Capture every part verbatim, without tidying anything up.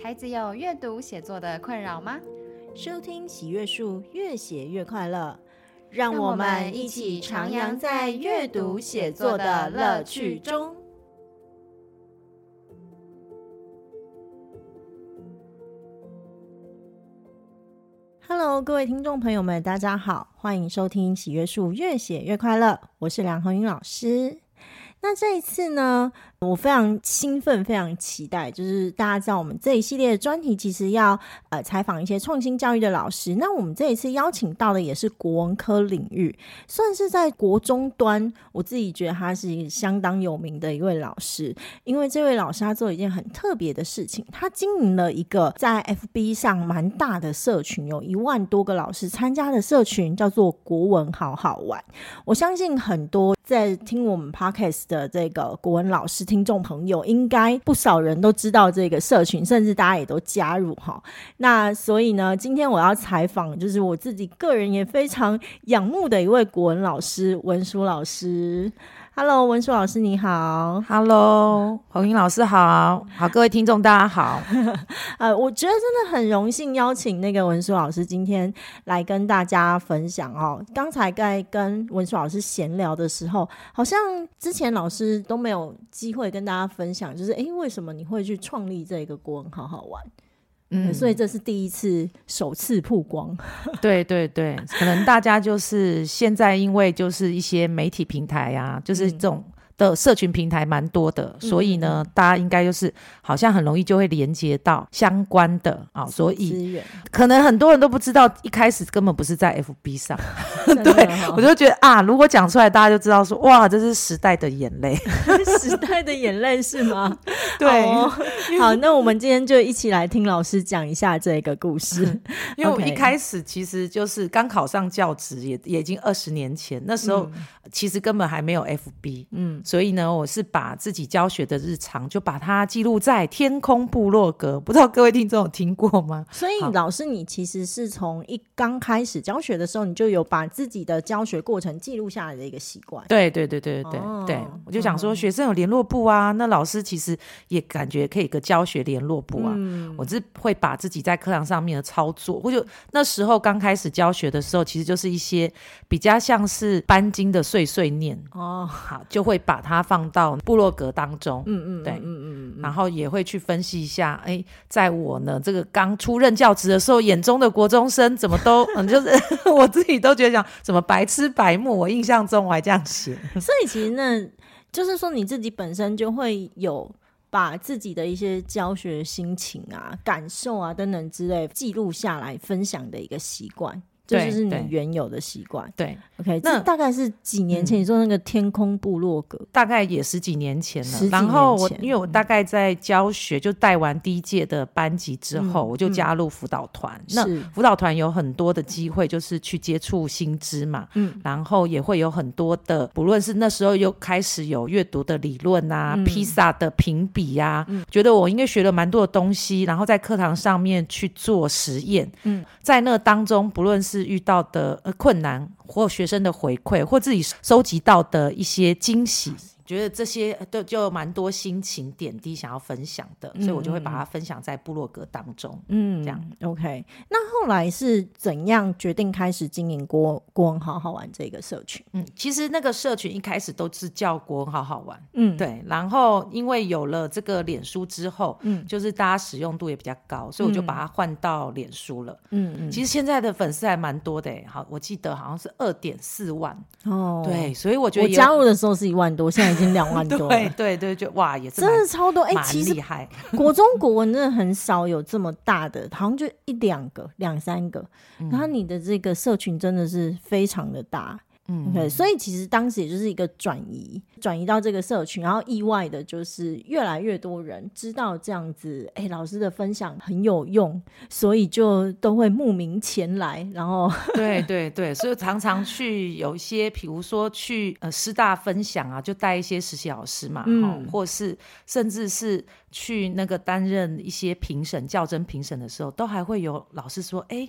孩子有阅读写作的困扰吗？ 收听喜阅树，越写越快乐，让我们一起徜徉在阅读写作的乐趣中。Hello， 各位听众朋友们，大家好，欢迎收听喜阅树越写越快乐，我是梁恒云老师。那这一次呢，我非常兴奋非常期待，就是大家知道我们这一系列的专题其实要呃采访一些创新教育的老师，那我们这一次邀请到的也是国文科领域，算是在国中端，我自己觉得他是相当有名的一位老师，因为这位老师他做了一件很特别的事情，他经营了一个在 F B 上蛮大的社群，有一万多个老师参加的社群，叫做国文好好玩。我相信很多在听我们 Podcast 的这个国文老师听众朋友，应该不少人都知道这个社群，甚至大家也都加入哈。那所以呢，今天我要采访就是我自己个人也非常仰慕的一位国文老师，文书老师。Hello， 文书老师你好。 Hello， 红英老师好。好，各位听众大家好。 呃，我觉得真的很荣幸邀请那个文书老师今天来跟大家分享哦。刚才在跟文书老师闲聊的时候，好像之前老师都没有机会跟大家分享，就是诶，为什么你会去创立这个国文好好玩？嗯，所以这是第一次首次曝光。 对对对，可能大家就是现在因为就是一些媒体平台啊，就是这种的社群平台蛮多的，嗯、所以呢大家应该就是好像很容易就会连接到相关的啊、哦，所以可能很多人都不知道一开始根本不是在 F B 上。对，我就觉得啊，如果讲出来大家就知道说哇，这是时代的眼泪。 时代的眼泪是吗？ 对。 好, 哦、好，那我们今天就一起来听老师讲一下这个故事。 因为我一开始其实就是刚考上教职，也也已经二十年前，那时候其实根本还没有 F B。嗯，所以呢我是把自己教学的日常就把它记录在天空部落格，不知道各位听众有听过吗？ 所以老师你其实是从一刚开始教学的时候，你就有把自己的教学过程记录下来的一个习惯。 对对对对对、哦、对，我就想说学生有联络部啊、嗯、那老师其实也感觉可以有个教学联络部啊、嗯、我是会把自己在课堂上面的操作，或者那时候刚开始教学的时候，其实就是一些比较像是班经的碎碎念哦，好，就会把它放到部落格当中。嗯嗯，对，嗯嗯嗯，然后也会去分析一下，哎，在我呢这个刚出任教职的时候，眼中的国中生怎么都嗯，就是我自己都觉得讲怎么白吃白目，我印象中我还这样写。 所以其实呢，就是说你自己本身就会有把自己的一些教学心情啊、感受啊等等之类记录下来分享的一个习惯。这就是你原有的习惯。 对 ，OK， 那大概是几年前、嗯、你说那个天空部落格， 大概也十几年前了。 十几年前， 然后我因为我大概在教学，就带完第一届的班级之后，嗯、我就加入辅导团。嗯、那辅导团有很多的机会，就是去接触新知嘛。嗯，然后也会有很多的，不论是那时候又开始有阅读的理论啊，嗯、披萨的评比啊，嗯、觉得我应该学了蛮多的东西，然后在课堂上面去做实验。嗯，在那当中，不论是遇到的困难或学生的回馈或自己收集到的一些惊喜，觉得这些都就蛮多心情点滴想要分享的、嗯、所以我就会把它分享在部落格当中。嗯，这样 OK。 那后来是怎样决定开始经营国国文好好玩这个社群？ 嗯，其实那个社群一开始都是叫国文好好玩。嗯，对。然后因为有了这个脸书之后，嗯，就是大家使用度也比较高，所以我就把它换到脸书了。嗯嗯，其实现在的粉丝还蛮多的耶，好，我记得好像是 二点四万。哦，对，所以我觉得我加入的时候是一万多，现在已经两万多了。 对对对，就哇，也是真的超多。哎、欸， 其实厉害。 国中国文真的很少有这么大的，好像就一两个、两三个。嗯、然后你的这个社群真的是非常的大。嗯 ，OK， 所以其实当时也就是一个转移，转移到这个社群，然后意外的就是越来越多人知道这样子，哎，老师的分享很有用，所以就都会慕名前来，然后对对对，所以常常去有一些，比如说去呃师大分享啊，就带一些实习老师嘛，嗯、或是甚至是去那个担任一些评审、教甄评审的时候，都还会有老师说，哎。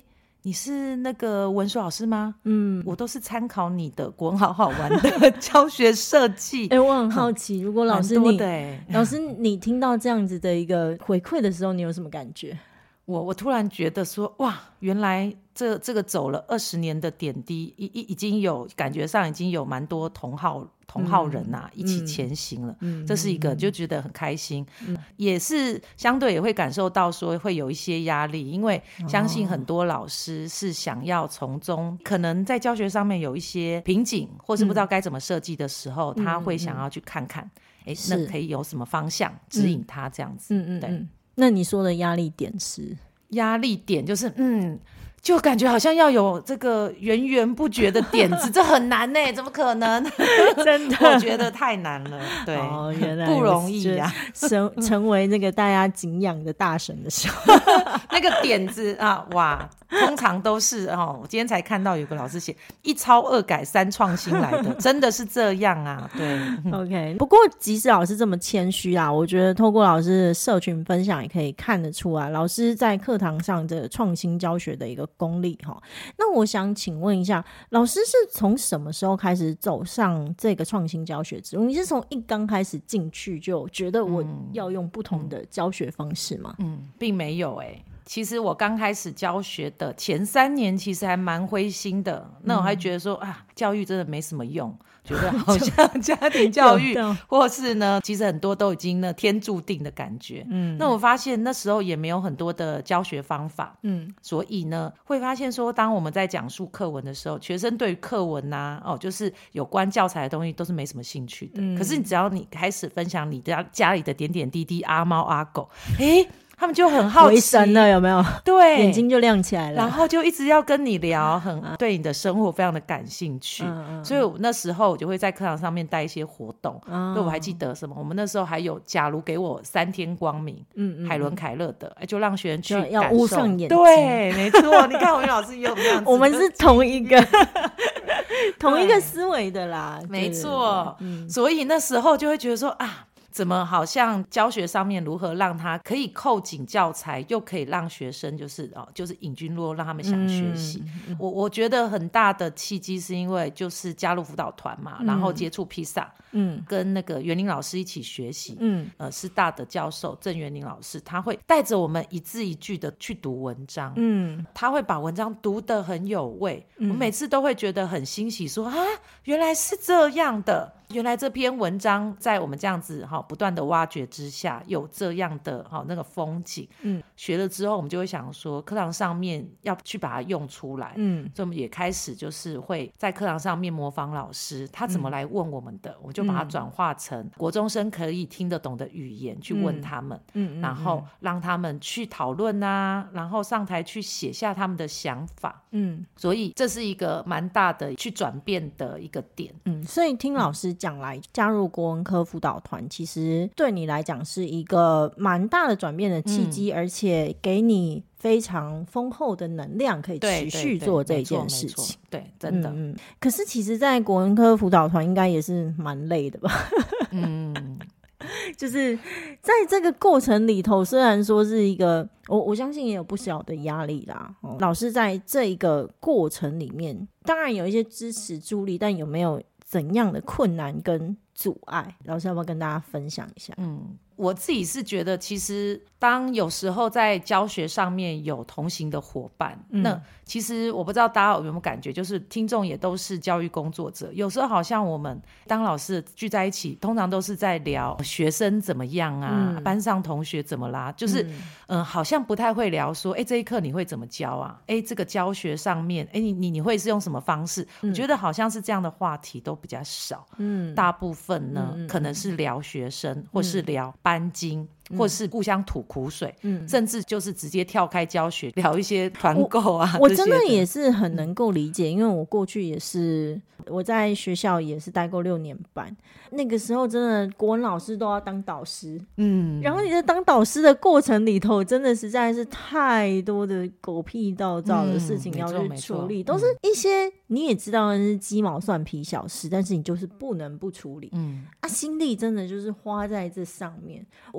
你是那个文书老师吗？嗯，我都是参考你的国文好好玩的教学设计。 哎、欸，我很好奇，如果老师你， 欸、 老师你听到这样子的一个回馈的时候，你有什么感觉？ 我我突然觉得说，哇，原来这这个走了二十年的点滴，已已经有感觉上已经有蛮多同好同好人啊、嗯、一起前行了、嗯、这是一个就觉得很开心、嗯、也是相对也会感受到说会有一些压力，因为相信很多老师是想要从中可能在教学上面有一些瓶颈，或是不知道该怎么设计的时候、嗯、他会想要去看看哎、嗯，那可以有什么方向指引他这样子。嗯嗯，对。 那你说的压力点是？ 压力点就是嗯就感觉好像要有这个源源不绝的点子，这很难耶，怎么可能？ 真的， 我觉得太难了。对， 哦，原来不容易呀、 啊，成成为那个大家敬仰的大神的时候， 那个点子啊，哇，通常都是哦，我今天才看到有个老师写一抄二改三创新来的，真的是这样啊。对 ，OK。不过即使老师这么谦虚啊，我觉得透过老师的社群分享也可以看得出来，老师在课堂上的创新教学的一个功力哈。那我想请问一下，老师是从什么时候开始走上这个创新教学之路？你是从一刚开始进去就觉得我要用不同的教学方式吗？ 嗯，嗯并没有哎、欸。其实我刚开始教学的前三年其实还蛮灰心的，那我还觉得说、嗯、啊，教育真的没什么用，觉得好像家庭教育或是呢其实很多都已经呢天注定的感觉。嗯，那我发现那时候也没有很多的教学方法。嗯，所以呢会发现说当我们在讲述课文的时候，学生对于课文啊哦就是有关教材的东西都是没什么兴趣的、嗯、可是你只要你开始分享你家家里的点点滴滴，阿猫阿狗，诶他们就很好奇，回神了有没有？ 对， 眼睛就亮起来了， 然后就一直要跟你聊，很对你的生活非常的感兴趣、嗯、所以我那时候我就会在课堂上面带一些活动、嗯、对，我还记得什么，我们那时候还有假如给我三天光明，嗯嗯，海伦凯勒的，就让学生去感受， 要捂上眼睛， 对，没错。你看我们老师也有这样子， 我们是同一个同一个思维的啦， 没错、嗯、所以那时候就会觉得说啊，怎么好像教学上面如何让他可以扣紧教材，又可以让学生就是哦，就是引军入瓮，让他们想学习、嗯、我我觉得很大的契机是因为就是加入辅导团嘛、嗯、然后接触披萨，嗯，跟那个园林老师一起学习，嗯，呃，师大的教授郑园林老师，他会带着我们一字一句的去读文章，嗯，他会把文章读得很有味、嗯、我每次都会觉得很欣喜说啊，原来是这样的，原来这篇文章在我们这样子不断的挖掘之下有这样的那个风景，嗯，学了之后我们就会想说课堂上面要去把它用出来，嗯，所以我们也开始就是会在课堂上面模仿老师他怎么来问我们的、嗯、我就把它转化成国中生可以听得懂的语言去问他们，嗯，然后让他们去讨论啊，然后上台去写下他们的想法，嗯，所以这是一个蛮大的去转变的一个点， 嗯，所以听老师讲来、嗯、加入国文科辅导团其实对你来讲是一个蛮大的转变的契机、嗯、而且给你非常丰厚的能量可以持续做这件事情， 对，对，对，真的、嗯、 可是其实在国文科辅导团应该也是蛮累的吧嗯就是在这个过程里头，虽然说是一个我我相信也有不小的压力啦、哦、老师在这一个过程里面当然有一些支持助力，但有没有怎样的困难跟阻碍，老师要不要跟大家分享一下？ 嗯，我自己是觉得其实当有时候在教学上面有同行的伙伴、嗯、那其实我不知道大家有没有感觉，就是听众也都是教育工作者，有时候好像我们当老师聚在一起通常都是在聊学生怎么样啊、嗯、班上同学怎么啦，就是嗯、呃，好像不太会聊说哎，这一课你会怎么教啊，哎，这个教学上面哎，你你你会是用什么方式、嗯、我觉得好像是这样的话题都比较少，嗯，大部分呢、嗯、可能是聊学生、嗯、或是聊班经、嗯、或是互相吐苦水、嗯、甚至就是直接跳开教学聊一些团购啊， 我, 我真的也是很能够理解、嗯、因为我过去也是我在学校也是待过六年班，那个时候真的国文老师都要当导师，嗯，然后你在当导师的过程里头真的实在是太多的狗屁倒灶的事情要去处理、嗯、都是一些你也知道是鸡毛蒜皮小事，但是你就是不能不处理，嗯啊，心力真的就是花在这上面。我当时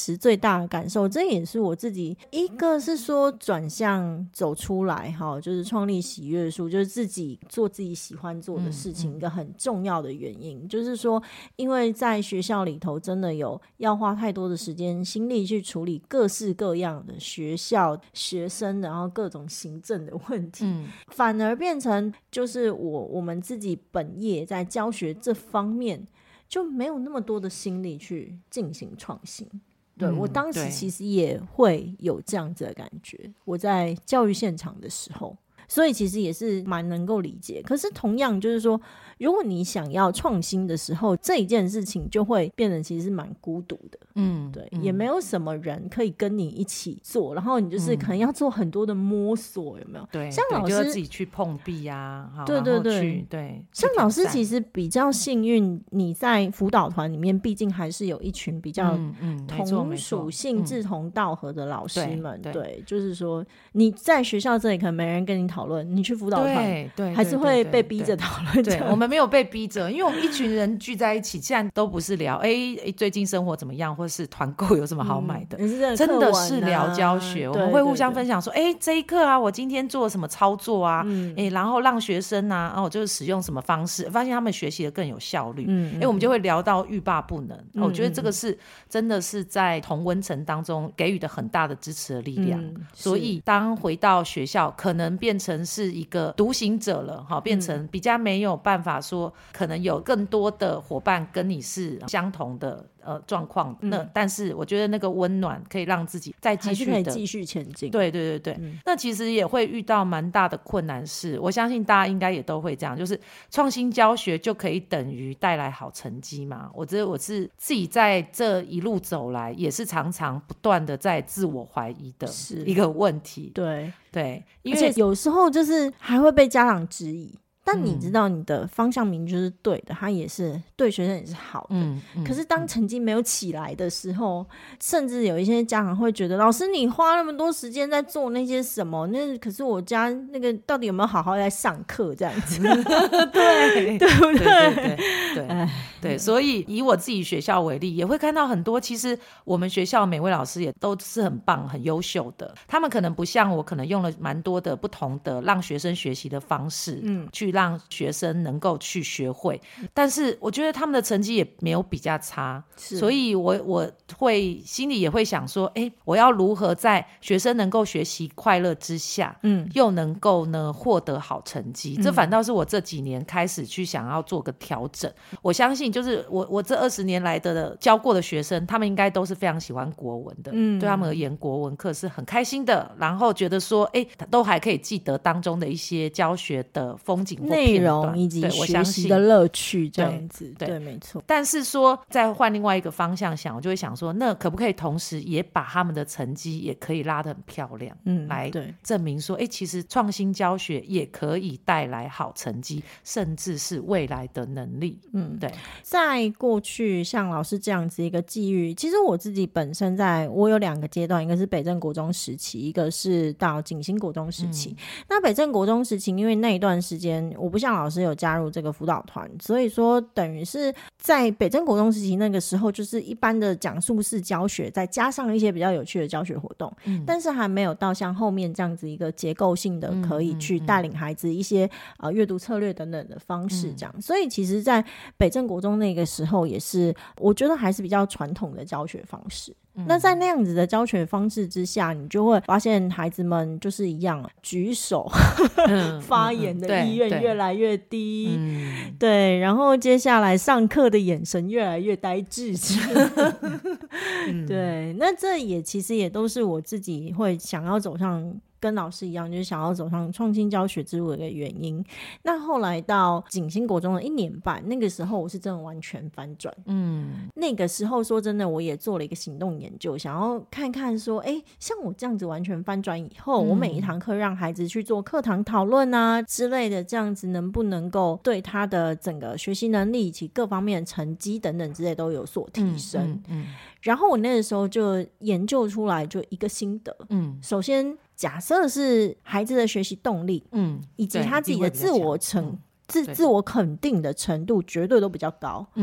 时最大的感受，这也是我自己一个是说转向走出来哈，就是创立喜悦树，就是自己做自己喜欢做的事情，一个很重要的原因、嗯嗯、就是说因为在学校里头真的有要花太多的时间心力去处理各式各样的学校学生然后各种行政的问题、嗯、反而变成就是我我们自己本业在教学这方面就没有那么多的心力去进行创新。对、嗯、我当时其实也会有这样子的感觉，我在教育现场的时候，所以其实也是蛮能够理解。可是同样就是说如果你想要创新的时候，这一件事情就会变得其实是蛮孤独的。嗯，对、嗯，也没有什么人可以跟你一起做，然后你就是可能要做很多的摸索，有没有？对，像老师就要自己去碰壁啊， 对对对对。像老师其实比较幸运，你在辅导团里面，毕竟还是有一群比较同属性、志同道合的老师们。嗯嗯、对, 对, 对，就是说你在学校这里可能没人跟你讨论，你去辅导团，对对，还是会被逼着讨论。 对，我们没有被逼着，因为我们一群人聚在一起，现在都不是聊哎最近生活怎么样，或是团购有什么好买的、嗯、真的是聊教学、啊、我们会互相分享说哎这一课啊我今天做了什么操作啊、嗯、然后让学生啊、哦、就是使用什么方式，发现他们学习的更有效率、嗯、我们就会聊到欲罢不能、嗯、我觉得这个是真的是在同温层当中给予的很大的支持的力量、嗯、所以当回到学校可能变成是一个独行者了，变成比较没有办法说可能有更多的伙伴跟你是相同的呃状况，那、嗯、但是我觉得那个温暖可以让自己再继续的还是可以继续前进。 对对对对、嗯、那其实也会遇到蛮大的困难，是我相信大家应该也都会这样，就是创新教学就可以等于带来好成绩嘛？我觉得我是自己在这一路走来也是常常不断的在自我怀疑的一个问题。 对对， 因为有时候就是还会被家长质疑，但你知道你的方向明就是对的，他也是对学生也是好的、嗯嗯、可是当成绩没有起来的时候、嗯、甚至有一些家长会觉得老师你花那么多时间在做那些什么，那可是我家那个到底有没有好好在上课这样子对对不对？ 对对对 对, 对，所以以我自己学校为例，也会看到很多其实我们学校每位老师也都是很棒很优秀的，他们可能不像我，可能用了蛮多的不同的让学生学习的方式、嗯、去让学生能够去学会，但是我觉得他们的成绩也没有比较差，所以我我会心里也会想说哎，我要如何在学生能够学习快乐之下、嗯、又能够呢获得好成绩、嗯、这反倒是我这几年开始去想要做个调整。我相信就是我我这二十年来的教过的学生，他们应该都是非常喜欢国文的、嗯、对他们而言国文课是很开心的，然后觉得说哎，都还可以记得当中的一些教学的风景内容以及学习的乐趣这样子。 对, 对, 对没错。 但是说再换另外一个方向想，我就会想说那可不可以同时也把他们的成绩也可以拉得很漂亮、嗯、来证明说哎，其实创新教学也可以带来好成绩，甚至是未来的能力。嗯，对。 在过去像老师这样子一个际遇，其实我自己本身在我有两个阶段，一个是北正国中时期，一个是到景兴国中时期、嗯、那北正国中时期因为那一段时间我不像老师有加入这个辅导团，所以说等于是在北正国中时期那个时候就是一般的讲述式教学再加上一些比较有趣的教学活动、嗯、但是还没有到像后面这样子一个结构性的可以去带领孩子一些、嗯、呃阅读策略等等的方式这样、嗯、所以其实在北正国中那个时候也是我觉得还是比较传统的教学方式、嗯、那在那样子的教学方式之下，你就会发现孩子们就是一样举手、嗯、发言的意愿越来越低、嗯、对，然后接下来上课的眼神越来越呆滞嗯、对，那这也其实也都是我自己会想要走上跟老师一样就是想要走上创新教学之路的一个原因。那后来到景兴国中的一年半，那个时候我是真的完全翻转。嗯，那个时候说真的我也做了一个行动研究，想要看看说哎，像我这样子完全翻转以后、嗯、我每一堂课让孩子去做课堂讨论啊之类的，这样子能不能够对他的整个学习能力以及各方面的成绩等等之类都有所提升。嗯嗯嗯，然后我那个时候就研究出来就一个心得。嗯，首先假设是孩子的学习动力，嗯，以及他自己的自我成自自我肯定的程度绝对都比较高。嗯，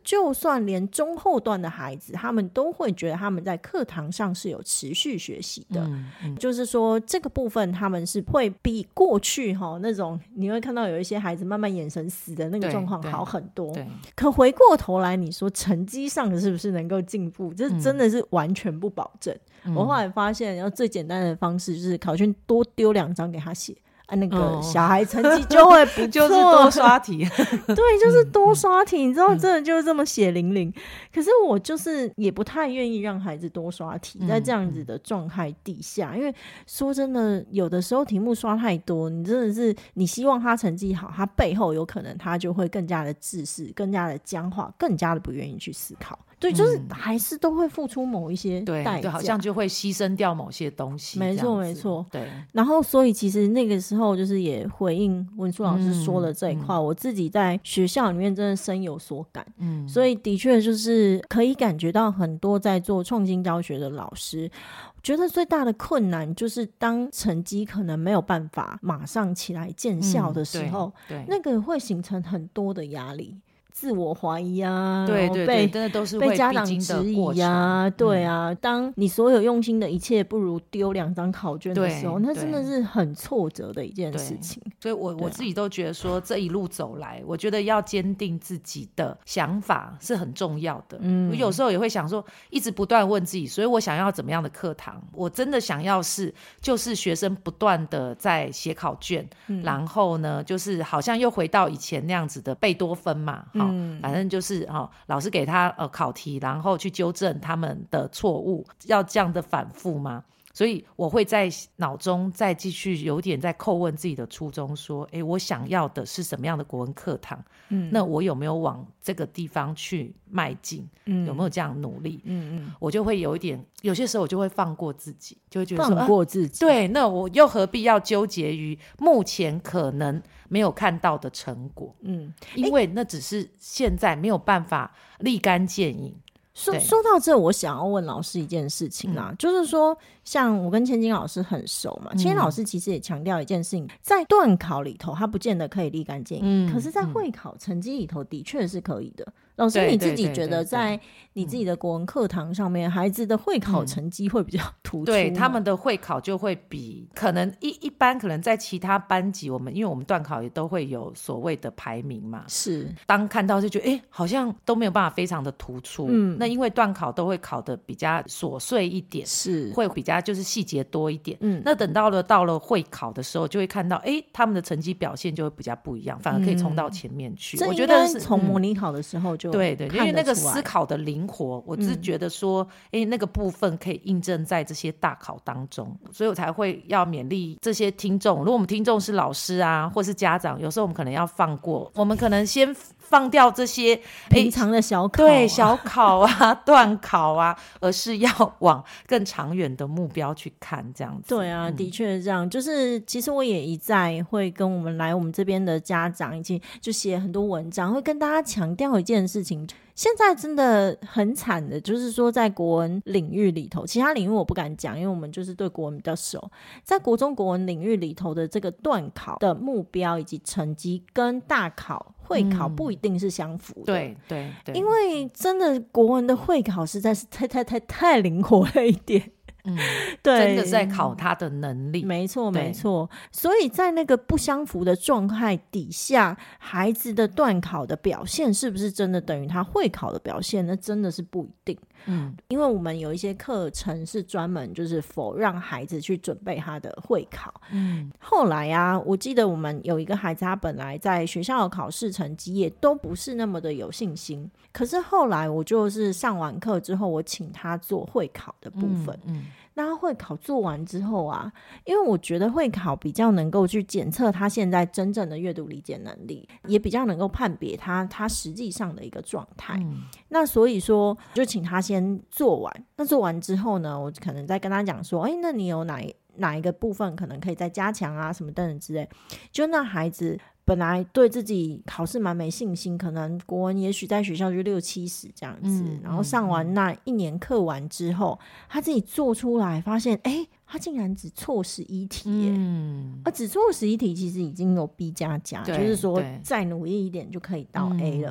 就算连中后段的孩子，他们都会觉得他们在课堂上是有持续学习的、嗯嗯、就是说这个部分他们是会比过去那种你会看到有一些孩子慢慢眼神死的那个状况好很多。可回过头来你说成绩上是不是能够进步，这真的是完全不保证、嗯、我后来发现然后最简单的方式就是考卷多丢两张给他写啊，那个小孩成绩就会不错、哦、 就是多刷题对，就是多刷题、嗯、你知道真的就是这么血淋淋、嗯、可是我就是也不太愿意让孩子多刷题、嗯、在这样子的状态底下、嗯、因为说真的有的时候题目刷太多，你真的是你希望他成绩好，他背后有可能他就会更加的自私，更加的僵化，更加的不愿意去思考。对，就是还是都会付出某一些代价、嗯、 对，好像就会牺牲掉某些东西。 没错没错， 对。 然后所以其实那个时候就是也回应文书老师说的这一块、嗯、我自己在学校里面真的深有所感。嗯，所以的确就是可以感觉到很多在做创新教学的老师觉得最大的困难就是当成绩可能没有办法马上起来见效的时候、嗯、那个会形成很多的压力，自我怀疑啊， 对对对，真的都是会被家长质疑啊，对啊、嗯、当你所有用心的一切不如丢两张考卷的时候，那真的是很挫折的一件事情。 所以我、啊、我自己都觉得说这一路走来，我觉得要坚定自己的想法是很重要的。嗯，我有时候也会想说一直不断问自己，所以我想要怎么样的课堂，我真的想要是就是学生不断的在写考卷、嗯、然后呢就是好像又回到以前那样子的贝多芬嘛、嗯嗯、反正就是、哦、老师给他、呃、考题，然后去纠正他们的错误，要这样的反复吗？所以我会在脑中再继续有点在叩问自己的初衷，说诶我想要的是什么样的国文课堂、嗯、那我有没有往这个地方去迈进、嗯、有没有这样努力、嗯嗯、我就会有一点，有些时候我就会放过自己，就会觉得说放过自己、 啊、对，那我又何必要纠结于目前可能没有看到的成果、嗯、因为那只是现在没有办法立竿见影。 说, 说到这，我想要问老师一件事情啦、嗯、就是说像我跟千金老师很熟嘛，千金老师其实也强调一件事情、嗯、在段考里头他不见得可以立竿见影、嗯、可是在会考成绩里头的确是可以的。老师你自己觉得在你自己的国文课堂上面、嗯、孩子的会考成绩会比较突出、嗯、 对，他们的会考就会比可能一一般可能在其他班级，我们因为我们段考也都会有所谓的排名嘛， 是当看到就觉得哎，好像都没有办法非常的突出、嗯、那因为段考都会考的比较琐碎一点， 是会比较就是细节多一点、嗯、那等到了到了会考的时候就会看到哎，他们的成绩表现就会比较不一样，反而可以冲到前面去、 嗯、 我觉得是从模拟考的时候就、嗯、 对对，因为那个思考的灵活，我只是觉得说哎、嗯，那个部分可以印证在这些大考当中，所以我才会要勉励这些听众，如果我们听众是老师啊或是家长，有时候我们可能要放过，我们可能先放掉这些平常的小考、啊、 对小考啊段考啊，而是要往更长远的目标去看，这样子。 对啊、嗯、的确是这样，就是其实我也一再会跟我们来我们这边的家长以及就写很多文章，会跟大家强调一件事情，现在真的很惨的，就是说在国文领域里头，其他领域我不敢讲，因为我们就是对国文比较熟，在国中国文领域里头的这个段考的目标以及成绩跟大考会考不一定是相符的、嗯、 对对对， 因为真的国文的会考实在是太太太太灵活了一点， 嗯，对，真的在考他的能力， 没错没错。所以在那个不相符的状态底下，孩子的段考的表现是不是真的等于他会考的表现，那真的是不一定。嗯，因为我们有一些课程是专门就是否让孩子去准备他的会考。嗯，后来啊，我记得我们有一个孩子，他本来在学校的考试成绩也都不是那么的有信心，可是后来我就是上完课之后，我请他做会考的部分。嗯, 嗯那他会考做完之后啊，因为我觉得会考比较能够去检测他现在真正的阅读理解能力，也比较能够判别他他实际上的一个状态、嗯、那所以说就请他先做完，那做完之后呢，我可能再跟他讲说哎，那你有哪哪一个部分可能可以再加强啊什么等等之类，就那孩子本来对自己考试蛮没信心，可能国文也许在学校就六七十这样子、嗯、然后上完那一年课完之后、嗯、他自己做出来发现哎，他竟然只错十一题耶、嗯、而只错十一题其实已经有 B 加加，就是说再努力一点就可以到 A 了、嗯、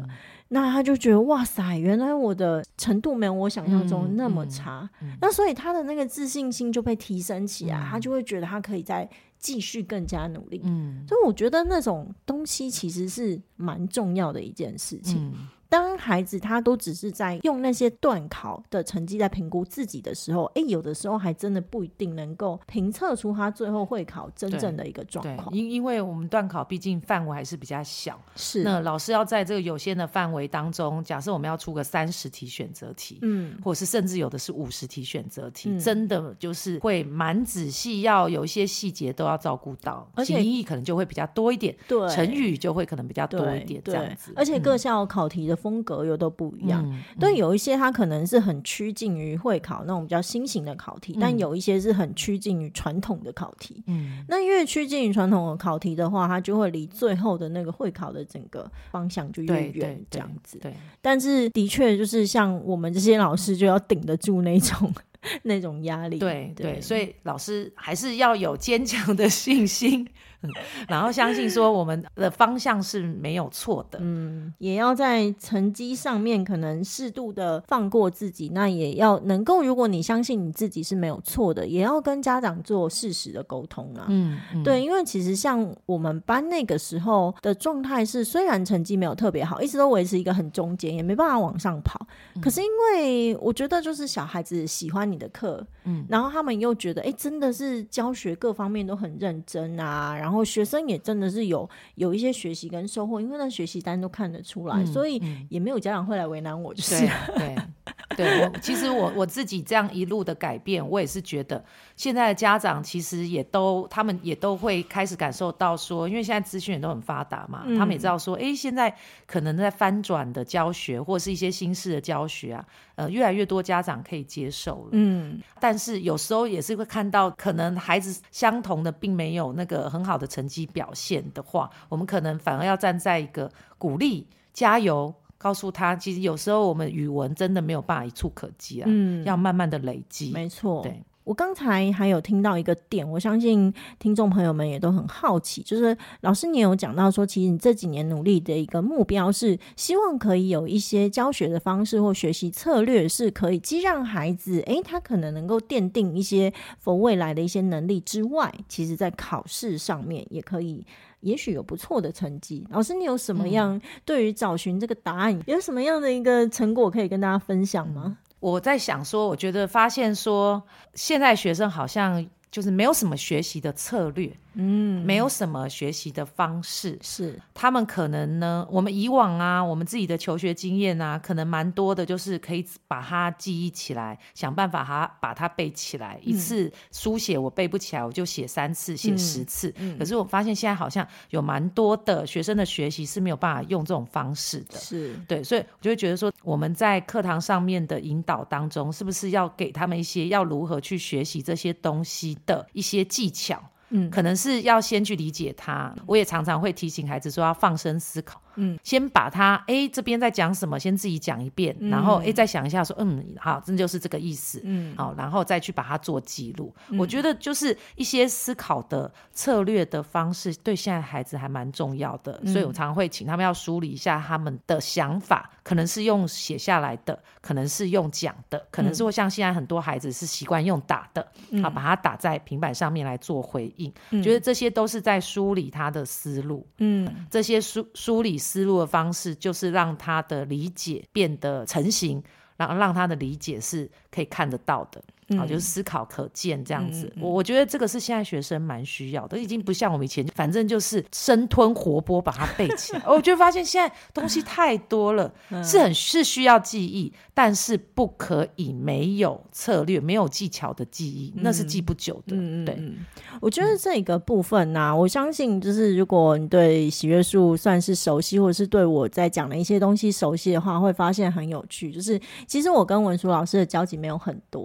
那他就觉得哇塞，原来我的程度没有我想象中那么差、嗯嗯嗯、那所以他的那个自信心就被提升起来、嗯、他就会觉得他可以再继续更加努力。嗯，所以我觉得那种东西其实是蛮重要的一件事情。嗯，当孩子他都只是在用那些段考的成绩在评估自己的时候，哎，有的时候还真的不一定能够评测出他最后会考真正的一个状况。 因因为我们段考毕竟范围还是比较小， 是那老师要在这个有限的范围当中，假设我们要出个三十题选择题，嗯，或者是甚至有的是五十题选择题、嗯、真的就是会蛮仔细，要有一些细节都要照顾到，而且形意可能就会比较多一点，对，成语就会可能比较多一点，这样子。 而且各校考题的风格又都不一样、嗯、对，有一些它可能是很趋近于会考那种比较新型的考题、嗯、但有一些是很趋近于传统的考题、嗯、那越趋近于传统的考题的话，它就会离最后的那个会考的整个方向就越远，这样子。对，但是的确就是像我们这些老师就要顶得住那种那种压力。 对 对, 对，所以老师还是要有坚强的信心然后相信说我们的方向是没有错的。 嗯，也要在成绩上面可能适度的放过自己，那也要能够，如果你相信你自己是没有错的，也要跟家长做适时的沟通啊。嗯, 嗯对，因为其实像我们班那个时候的状态是，虽然成绩没有特别好，一直都维持一个很中间，也没办法往上跑、嗯、可是因为我觉得就是小孩子喜欢你的课，嗯，然后他们又觉得哎，真的是教学各方面都很认真啊，然后学生也真的是有有一些学习跟收获，因为那学习单都看得出来、嗯、所以也没有家长会来为难我，就是对对, 对我其实我我自己这样一路的改变，我也是觉得现在的家长其实也都他们也都会开始感受到说，因为现在资讯也都很发达嘛、嗯、他们也知道说哎，现在可能在翻转的教学或是一些新式的教学啊，呃，越来越多家长可以接受了。嗯，但是有时候也是会看到可能孩子相同的并没有那个很好的成绩表现的话，我们可能反而要站在一个鼓励加油，告诉他其实有时候我们语文真的没有办法一触可及啊、嗯、要慢慢的累积。 没错， 对。 我刚才还有听到一个点，我相信听众朋友们也都很好奇，就是老师你有讲到说，其实你这几年努力的一个目标是希望可以有一些教学的方式或学习策略是可以既让孩子诶他可能能够奠定一些否未来的一些能力之外，其实在考试上面也可以也许有不错的成绩。老师你有什么样、嗯、对于找寻这个答案有什么样的一个成果可以跟大家分享吗？嗯， 我在想说，我觉得发现说现在学生好像就是没有什么学习的策略，嗯，没有什么学习的方式，是他们可能呢，我们以往啊，我们自己的求学经验啊，可能蛮多的，就是可以把它记忆起来，想办法它把它背起来、嗯、一次书写我背不起来，我就写三次写十次、嗯嗯、可是我发现现在好像有蛮多的学生的学习是没有办法用这种方式的，是对，所以我就会觉得说我们在课堂上面的引导当中，是不是要给他们一些要如何去学习这些东西的一些技巧，嗯，可能是要先去理解它。我也常常会提醒孩子说要放声思考，嗯，先把它哎这边在讲什么先自己讲一遍、嗯、然后哎再想一下说嗯好这就是这个意思，嗯，好，然后再去把它做记录、嗯、我觉得就是一些思考的策略的方式对现在孩子还蛮重要的、嗯、所以我常常会请他们要梳理一下他们的想法，可能是用写下来的，可能是用讲的，可能是会像现在很多孩子是习惯用打的、嗯、好把它打在平板上面来做回应、嗯、觉得这些都是在梳理他的思路，嗯，这些梳梳理思路的方式就是让他的理解变得成型，然后让他的理解是可以看得到的、嗯啊、就是思考可见这样子、嗯嗯、我, 我觉得这个是现在学生蛮需要的，已经不像我们以前反正就是生吞活剥把它背起来我就发现现在东西太多了、嗯、是很是需要记忆，但是不可以没有策略没有技巧的记忆、嗯、那是记不久的、嗯、对、嗯、 我觉得这个部分啊、嗯、我相信就是如果你对喜悦树算是熟悉，或者是对我在讲的一些东西熟悉的话，会发现很有趣，就是其实我跟文淑老师的交集没有很多，而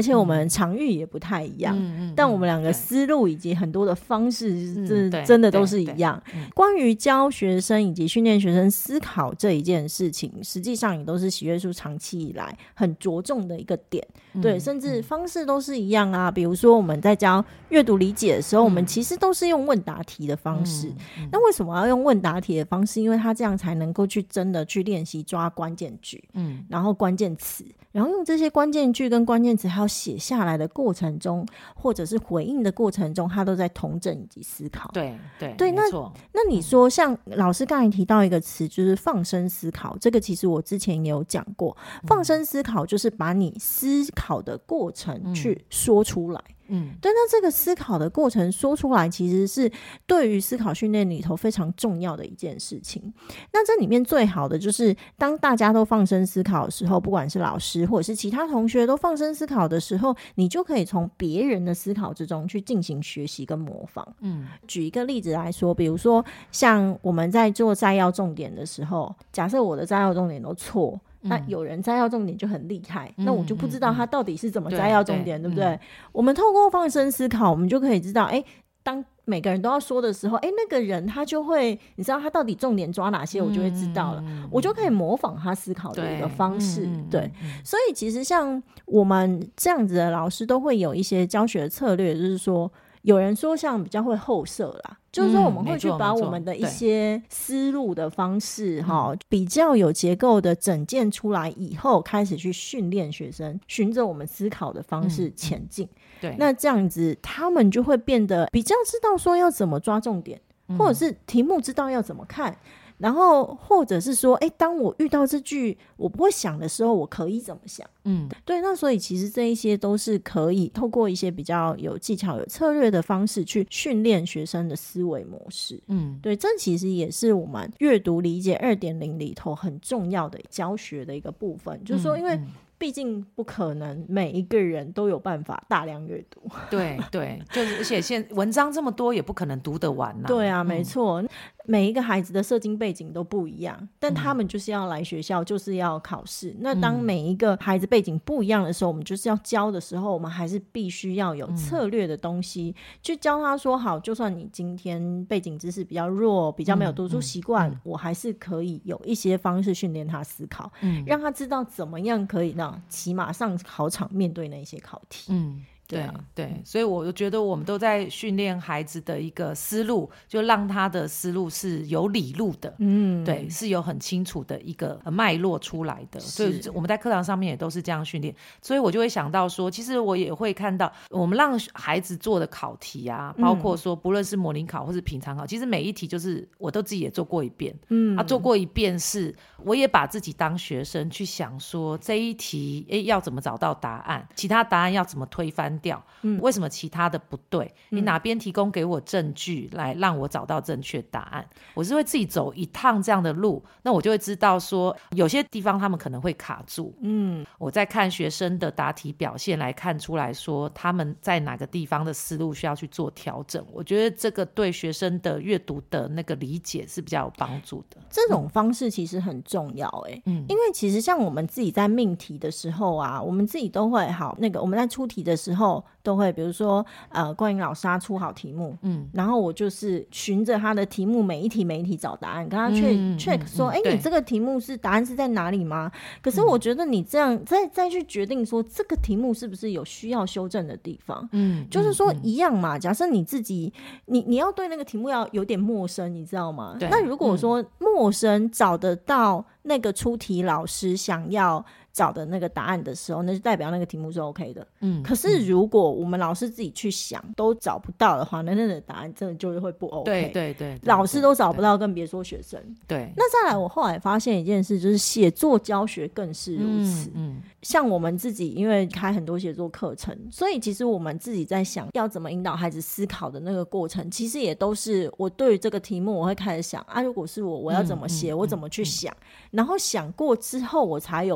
而且我们场域也不太一样、嗯、但我们两个思路以及很多的方式、嗯、真的都是一样、嗯、关于教学生以及训练学生思考这一件事情，实际上也都是喜阅树长期以来很着重的一个点、嗯、对，甚至方式都是一样啊。比如说我们在教阅读理解的时候、嗯、我们其实都是用问答题的方式、嗯嗯、那为什么要用问答题的方式？因为它这样才能够去真的去练习抓关键句、嗯、然后关键词，然后用这些关键句跟关键词还有写下来的过程中，或者是回应的过程中，他都在统整以及思考。 对对对，那那你说像老师刚才提到一个词，就是放声思考，这个其实我之前也有讲过，放声思考就是把你思考的过程去说出来。嗯，对，那这个思考的过程说出来，其实是对于思考训练里头非常重要的一件事情。那这里面最好的就是当大家都放声思考的时候，不管是老师或者是其他同学都放声思考的时候，你就可以从别人的思考之中去进行学习跟模仿。嗯，举一个例子来说，比如说像我们在做摘要重点的时候，假设我的摘要重点都错，那有人摘要重点就很厉害、嗯、那我就不知道他到底是怎么摘要重点、嗯、对, 对不对、嗯、我们透过放声思考，我们就可以知道，哎，当每个人都要说的时候，哎，那个人他就会，你知道他到底重点抓哪些，我就会知道了、嗯、我就可以模仿他思考的一个方式。 对, 对、嗯、所以其实像我们这样子的老师都会有一些教学策略，就是说有人说像比较会后设啦，就是说我们会去把我们的一些思路的方式、嗯、比较有结构的整建出来以后，开始去训练学生循着我们思考的方式前进、嗯嗯、对，那这样子他们就会变得比较知道说要怎么抓重点、嗯、或者是题目知道要怎么看，然后或者是说，哎，当我遇到这句我不会想的时候，我可以怎么想？嗯，对，那所以其实这一些都是可以透过一些比较有技巧、有策略的方式去训练学生的思维模式。嗯，对，这其实也是我们阅读理解 二点零 里头很重要的教学的一个部分，就是说，因为、嗯嗯毕竟不可能每一个人都有办法大量阅读， 对对，就是而且现文章这么多，也不可能读得完啊。 对啊，没错、嗯，每一个孩子的社经背景都不一样，但他们就是要来学校，就是要考试、嗯、那当每一个孩子背景不一样的时候，我们就是要教的时候，我们还是必须要有策略的东西、嗯、去教他说，好，就算你今天背景知识比较弱，比较没有读书习惯、嗯嗯嗯、我还是可以有一些方式训练他思考、嗯、让他知道怎么样可以呢起码上考场面对那些考题。嗯， 对啊，对，所以我觉得我们都在训练孩子的一个思路，就让他的思路是有理路的，嗯，对，是有很清楚的一个脉络出来的，所以我们在课堂上面也都是这样训练。所以我就会想到说，其实我也会看到我们让孩子做的考题啊，包括说不论是模拟考或是平常考，其实每一题就是我都自己也做过一遍，嗯，啊，做过一遍是我也把自己当学生去想说这一题诶要怎么找到答案，其他答案要怎么推翻掉、嗯、为什么其他的不对、嗯、你哪边提供给我证据来让我找到正确答案，我是会自己走一趟这样的路，那我就会知道说有些地方他们可能会卡住，嗯，我在看学生的答题表现来看出来说他们在哪个地方的思路需要去做调整，我觉得这个对学生的阅读的那个理解是比较有帮助的。 这种方式其实很重要、欸嗯、因为其实像我们自己在命题的时候啊，我们自己都会好那个我们在出题的时候都会比如说呃，冠英老师他出好题目，嗯，然后我就是循着他的题目每一题每一题找答案，跟他 check、嗯、check 说哎、嗯，你这个题目是答案是在哪里吗？可是我觉得你这样再再去决定说这个题目是不是有需要修正的地方，嗯，就是说一样嘛，假设你自己你你要对那个题目要有点陌生，你知道吗？那如果说陌生找得到那个出题老师想要找的那个答案的时候，那就代表那个题目是 OK 的。嗯，可是如果我们老师自己去想都找不到的话，那那个答案真的就会不 OK。对对 对, 对，老师都找不到，更别说学生。对，那再来，我后来发现一件事，就是写作教学更是如此。嗯，嗯像我们自己因为开很多写作课程，所以其实我们自己在想要怎么引导孩子思考的那个过程，其实也都是我对于这个题目我会开始想啊，如果是我我要怎么写、嗯嗯、我怎么去想、嗯、然后想过之后我才有办法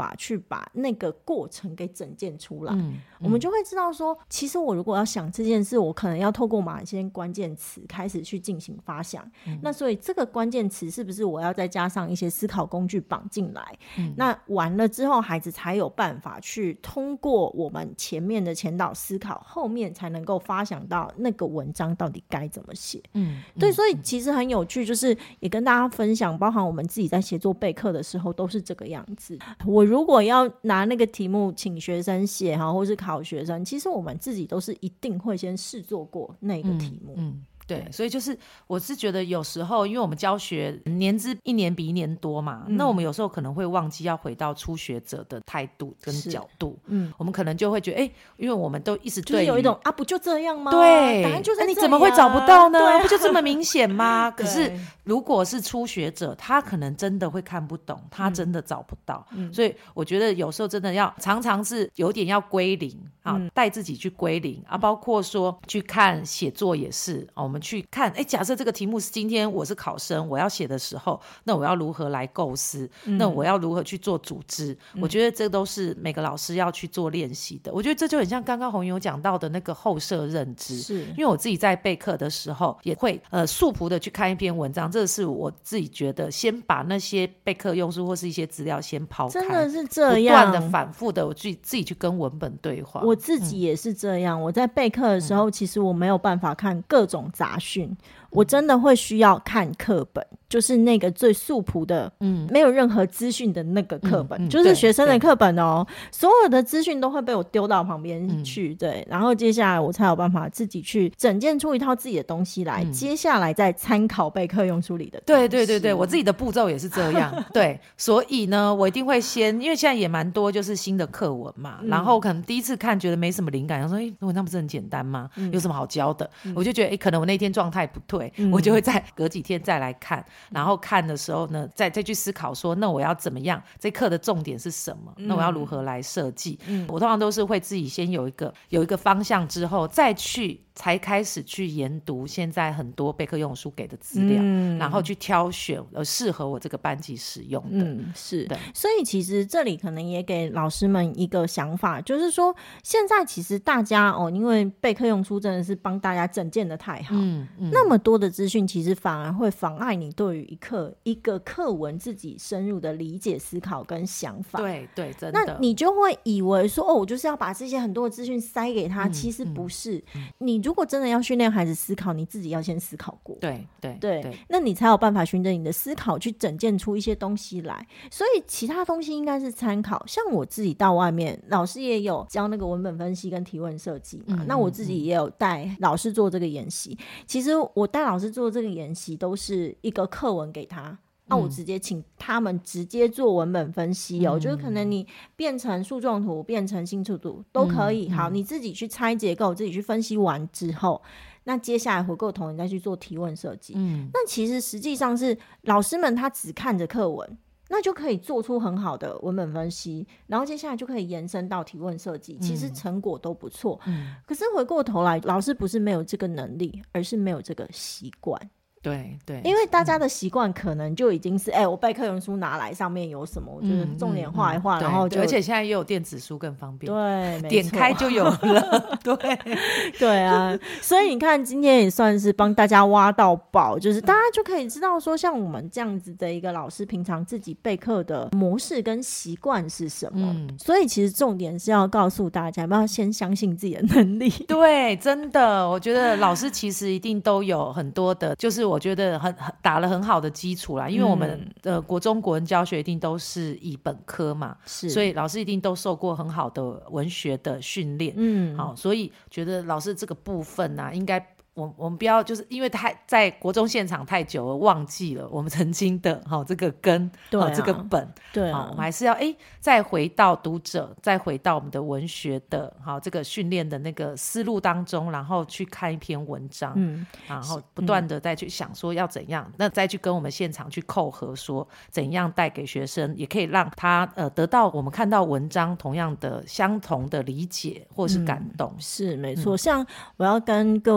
法去把那个过程给整件出来、嗯嗯、我们就会知道说其实我如果要想这件事，我可能要透过哪些关键词开始去进行发想、嗯、那所以这个关键词是不是我要再加上一些思考工具绑进来、嗯、那完了之后孩子才有办法去通过我们前面的前导思考，后面才能够发想到那个文章到底该怎么写。嗯，对，所以其实很有趣，就是也跟大家分享，包含我们自己在协作备课的时候都是这个样子。我如果要拿那个题目请学生写或是考学生，其实我们自己都是一定会先试做过那个题目。嗯嗯， 对，所以就是我是觉得有时候因为我们教学年资一年比一年多嘛、嗯、那我们有时候可能会忘记要回到初学者的态度跟角度。嗯，我们可能就会觉得哎、欸，因为我们都一直对、 就是、有一种啊不就这样吗？ 对， 答案就在这样、啊、 你怎么会找不到呢、 啊、 不就这么明显吗？可是如果是初学者，他可能真的会看不懂，他真的找不到、嗯、所以我觉得有时候真的要常常是有点要归零啊，带自己去归零啊，包括说去看写作也是啊，我们去看哎，假设这个题目是今天我是考生，我要写的时候，那我要如何来构思、嗯、那我要如何去做组织、嗯、我觉得这都是每个老师要去做练习的。我觉得这就很像刚刚红有讲到的那个后设认知，是因为我自己在备课的时候也会呃素朴的去看一篇文章，这是我自己觉得先把那些备课用书或是一些资料先抛开， 真的是这样， 不断的反复的我自己自己去跟文本对话。 我自己也是这样、嗯、我在备课的时候、嗯、其实我没有办法看各种杂讯，我真的会需要看课本，就是那个最素朴的、嗯、没有任何资讯的那个课本、嗯嗯、就是学生的课本哦，所有的资讯都会被我丢到旁边去、嗯、对，然后接下来我才有办法自己去整建出一套自己的东西来、嗯、接下来再参考备课用书里的东西。 对对对对，我自己的步骤也是这样对，所以呢我一定会先，因为现在也蛮多就是新的课文嘛、嗯、然后可能第一次看觉得没什么灵感，想说哎，文章不是很简单吗、嗯、有什么好教的、嗯、我就觉得哎，可能我那天状态不对、嗯、我就会再隔几天再来看，然后看的时候呢再再去思考说那我要怎么样，这课的重点是什么、嗯、那我要如何来设计、嗯、我通常都是会自己先有一个有一个方向之后再去才开始去研读现在很多备课用书给的资料、嗯、然后去挑选呃适合我这个班级使用的。 嗯，是的。所以其实这里可能也给老师们一个想法，就是说现在其实大家哦，因为备课用书真的是帮大家整建的太好、嗯嗯、那么多的资讯其实反而会妨碍你对于一课一个课文自己深入的理解思考跟想法。 对对，真的。 那你就会以为说哦，我就是要把这些很多的资讯塞给他、嗯、其实不是、嗯、你如果真的要训练孩子思考，你自己要先思考过。 对对对, 对， 那你才有办法循着你的思考去整建出一些东西来。所以其他东西应该是参考，像我自己到外面老师也有教那个文本分析跟提问设计嘛、嗯、那我自己也有带老师做这个研习、嗯、其实我带老师做这个研习都是一个课文给他，那、啊、我直接请他们直接做文本分析哦、嗯、就是可能你变成树状图变成心触图都可以、嗯、好，你自己去拆结构自己去分析完之后，那接下来回过头你再去做提问设计。嗯，那其实实际上是老师们他只看着课文，那就可以做出很好的文本分析，然后接下来就可以延伸到提问设计、嗯、其实成果都不错、嗯、可是回过头来老师不是没有这个能力，而是没有这个习惯。 对对， 因为大家的习惯可能就已经是哎、嗯欸，我备课用书拿来上面有什么我就是重点画一画、嗯嗯、然后就， 而且现在也有电子书更方便， 对， 点开就有了对对啊，所以你看今天也算是帮大家挖到宝，就是大家就可以知道说像我们这样子的一个老师平常自己备课的模式跟习惯是什么、嗯、所以其实重点是要告诉大家要先相信自己的能力。 对，真的我觉得老师其实一定都有很多的就是我觉得很打了很好的基础啦，因为我们的、嗯呃、国中国文教学一定都是以本科嘛，是，所以老师一定都受过很好的文学的训练，嗯，好，所以觉得老师这个部分啊应该我我们不要就是因为太在国中现场太久了忘记了我们曾经的、哦、这个根、对、啊哦、这个本，对、啊哦、我们还是要哎再回到读者，再回到我们的文学的、哦、这个训练的那个思路当中，然后去看一篇文章、嗯、然后不断的再去想说要怎样、嗯、那再去跟我们现场去扣合说怎样带给学生也可以让他呃得到我们看到文章同样的相同的理解或是感动、 嗯、是没错、嗯、像我要跟各位老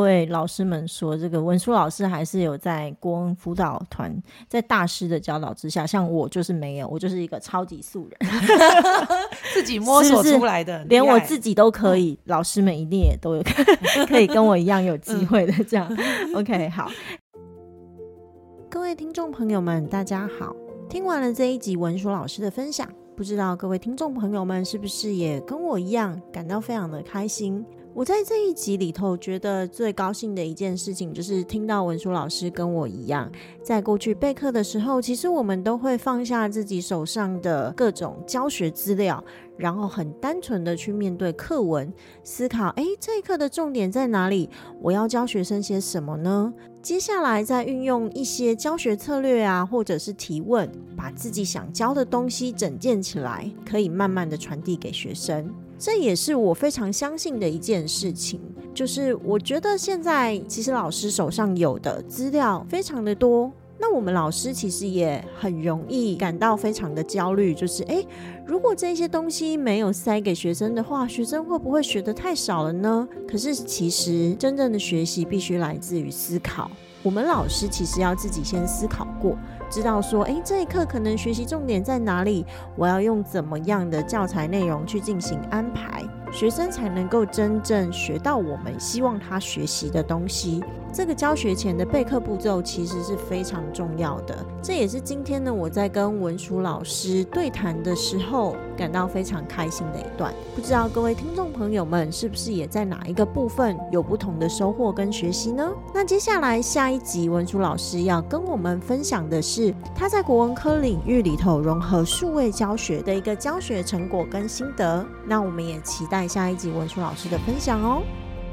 老师们说，这个文书老师还是有在国文辅导团，在大师的教导之下，像我就是没有，我就是一个超级素人自己摸索出来的，是是连我自己都可以、嗯、老师们一定也都有可以跟我一样有机会的这样、嗯、OK 好，各位听众朋友们大家好，听完了这一集文书老师的分享，不知道各位听众朋友们是不是也跟我一样感到非常的开心。我在这一集里头觉得最高兴的一件事情，就是听到文书老师跟我一样，在过去备课的时候，其实我们都会放下自己手上的各种教学资料，然后很单纯的去面对课文，思考诶这一课的重点在哪里，我要教学生些什么呢？接下来再运用一些教学策略啊，或者是提问，把自己想教的东西整建起来，可以慢慢的传递给学生。这也是我非常相信的一件事情，就是我觉得现在其实老师手上有的资料非常的多，那我们老师其实也很容易感到非常的焦虑，就是诶如果这些东西没有塞给学生的话，学生会不会学得太少了呢？可是其实真正的学习必须来自于思考，我们老师其实要自己先思考过，知道说诶这一课可能学习重点在哪里，我要用怎么样的教材内容去进行安排，学生才能够真正学到我们希望他学习的东西。这个教学前的备课步骤其实是非常重要的，这也是今天呢我在跟文书老师对谈的时候感到非常开心的一段。不知道各位听众朋友们是不是也在哪一个部分有不同的收获跟学习呢？那接下来下一集文书老师要跟我们分享的是他在国文科领域里头融合数位教学的一个教学成果跟心得，那我们也期待下一集文书老师的分享哦。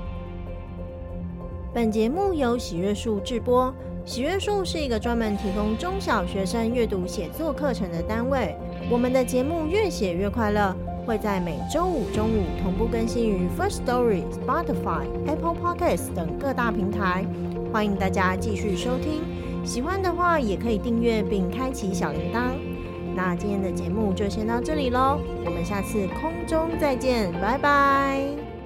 本节目由喜阅树制播，喜阅树是一个专门提供中小学生阅读写作课程的单位。我们的节目越写越快乐，会在每周五中午同步更新于 Firstory、Spotify、Apple Podcasts 等各大平台，欢迎大家继续收听。喜欢的话也可以订阅并开启小铃铛。那今天的节目就先到这里咯，我们下次空中再见，拜拜。